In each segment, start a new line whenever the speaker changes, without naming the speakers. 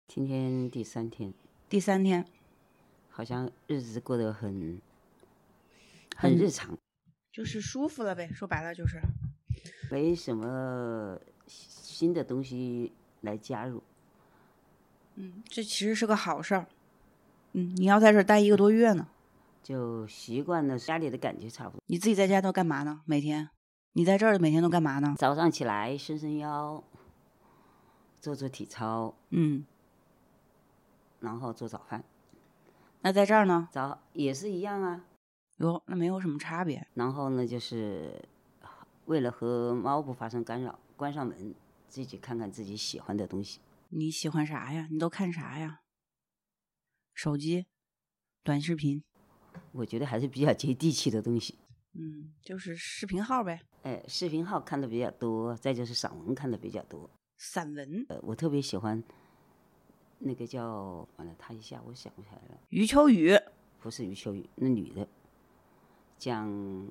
今天第3天，
第3天，
好像日子过得很日常，
就是舒服了呗。说白了就是，
没什么新的东西来加入。
这其实是个好事儿。你要在这儿待1个多月呢，
就习惯了家里的感觉差不多。
你自己在家都干嘛呢？每天，你在这儿每天都干嘛呢？
早上起来伸腰，做体操，然后做早饭。
那在这儿呢？
也是一样啊。
哟，那没有什么差别。
然后呢，就是为了和猫不发生干扰，关上门，自己看看自己喜欢的东西。
你喜欢啥呀？你都看啥呀？手机、短视频？
我觉得还是比较接地气的东西。
就是视频号呗。
视频号看的比较多，再就是散文看的比较多。
散文？
我特别喜欢那个叫完了，他一下我想不起来了。
余秋雨？
不是余秋雨，那女的，讲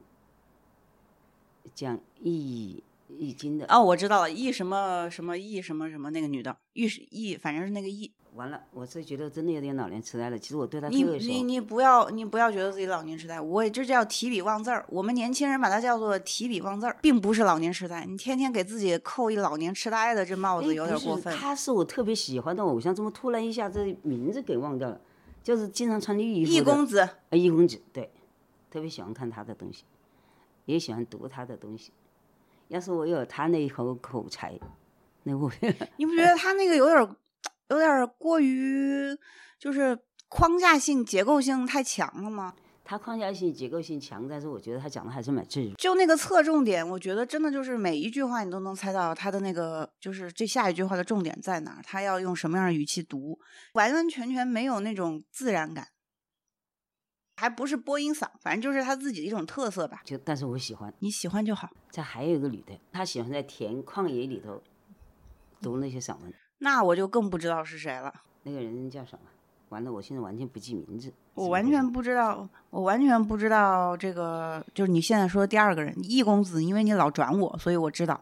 易经的。
哦，我知道了，易什么什么易什么什么那个女的，易，反正是那个易。
完了，我是觉得真的有点老年痴呆了。其实我对他特别熟。
你不要觉得自己老年痴呆，这叫提笔忘字儿。我们年轻人把它叫做提笔忘字儿，并不是老年痴呆。你天天给自己扣一老年痴呆的这帽子，有点过分。
他是我特别喜欢的偶像，怎么突然一下这名字给忘掉了？就是经常穿绿衣服的
易公子。
易公子，对，特别喜欢看他的东西，也喜欢读他的东西。要是我有他那一口才，那我
你不觉得他那个有点过于就是框架性结构性太强了吗？
他框架性结构性强，但是我觉得他讲的还是蛮自如。
就那个侧重点，我觉得真的就是每一句话你都能猜到他的那个就是这下一句话的重点在哪儿，他要用什么样的语气读，完完全全没有那种自然感，还不是播音嗓，反正就是他自己的一种特色吧。
但是我喜欢，
你喜欢就好。
这还有一个女的，她喜欢在田旷野里头读那些散文。
那我就更不知道是谁了。
那个人叫什么？完了，我现在完全不记名字。
我完全不知道这个，就是你现在说的第2个人易公子，因为你老转我，所以我知道。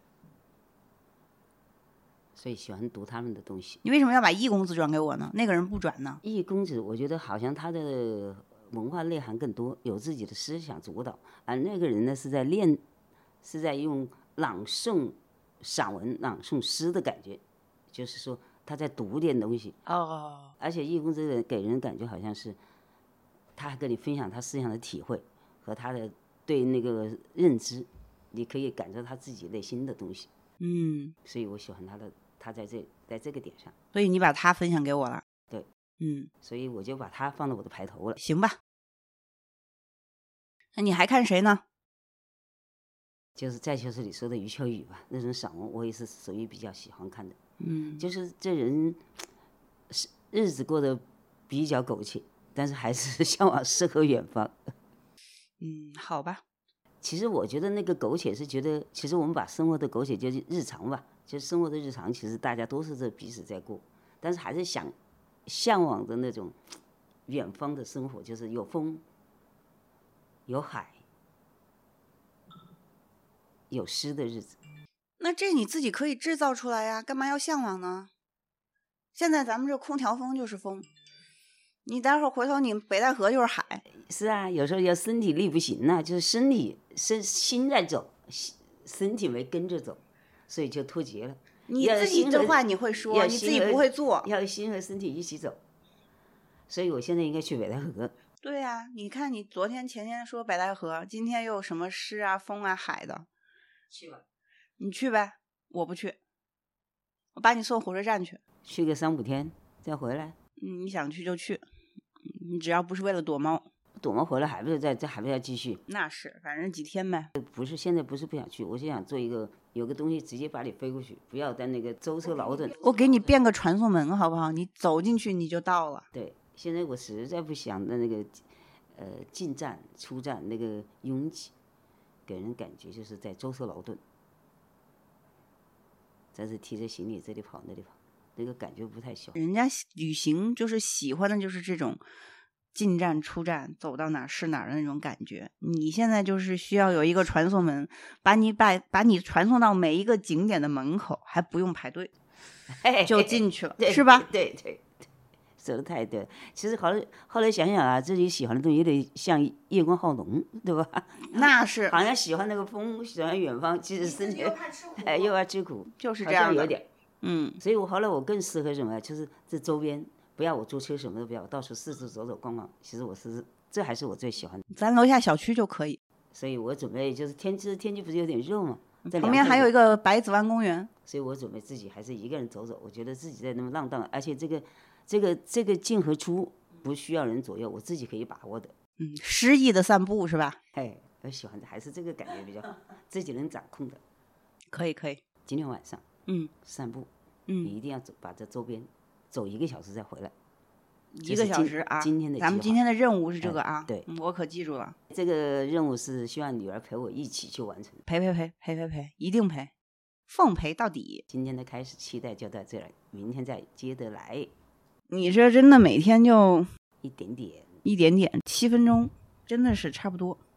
所以喜欢读他们的东西。
你为什么要把易公子转给我呢？那个人不转呢？
易公子，我觉得好像他的文化内涵更多，有自己的思想主导，而那个人呢是在用朗诵散文、朗诵诗的感觉，就是说他在读点东西。而且易公子给人感觉好像是他还跟你分享他思想的体会和他的对那个认知，你可以感受他自己内心的东西。所以我喜欢他在这个点上。
所以你把他分享给我了。
对。所以我就把他放到我的排头了。
行吧。那你还看谁呢？
就是你说的余秋雨吧，那种散文我也是属于比较喜欢看的。就是这人日子过得比较苟且，但是还是向往诗和远方。
好吧。
其实我觉得那个苟且是觉得，其实我们把生活的苟且就是日常吧，就是生活的日常，其实大家都是这彼此在过，但是还是向往的那种远方的生活，就是有风有海有诗的日子。
那这你自己可以制造出来呀，干嘛要向往呢？现在咱们这空调风就是风，你待会儿回头你北戴河就是海。
是啊，有时候要身体力不行啊，就是心在走，身体没跟着走，所以就脱节了。
你自己这话你会说，你自己不会做。
要心和身体一起走，所以我现在应该去北戴河。
对啊，你看你昨天前天说北戴河，今天又什么诗啊风啊海的。
去吧。
你去呗，我不去，我把你送火车站去。
去个3-5天再回来。
你想去就去，你只要不是为了躲猫。
躲猫回来还不是还不要继续？
那是，反正几天呗。
不是，现在不是不想去，我就想做有个东西直接把你飞过去，不要在那个舟车劳顿。
我给你变个传送门好不好？你走进去你就到了。
对，现在我实在不想的那个进站出站那个拥挤，给人感觉就是在舟车劳顿，在这提着行李这里跑那里跑，那个感觉不太喜欢。
人家旅行就是喜欢的就是这种进站出站走到哪儿是哪儿的那种感觉。你现在就是需要有一个传送门，把你传送到每一个景点的门口，还不用排队。 就进去了，
对
是吧？
对对对，说的太对了。其实后来想想啊，自己喜欢的东西有点像叶公好龙，对吧？
那是，
好像喜欢那个风，喜欢远方，其实身体
又怕吃苦，
又怕吃苦，好
就是这样的。
像有点。
所
以后来我更适合什么？就是这周边，不要我坐车什么都不要，到处四处走走逛逛。其实这还是我最喜欢的。
咱楼下小区就可以。
所以我准备就是天气不是有点热嘛，
旁边还有一个百子湾公园，
所以我准备自己还是一个人走走。我觉得自己在那么浪荡，而且这个进和出不需要人左右，我自己可以把握的。
诗意的散步是吧？
我喜欢的还是这个感觉比较好，自己能掌控的。
可以。
今天晚上散步，你一定要把这周边走1个小时再回来。
1个小时啊！咱们今天的任务是这个啊，
对，
我可记住了。
这个任务是希望女儿陪我一起去完成。
陪，一定陪，奉陪到底。
今天的开始期待就到这里，明天再接着来。
你这真的每天就
一点点
，7分钟，真的是差不多。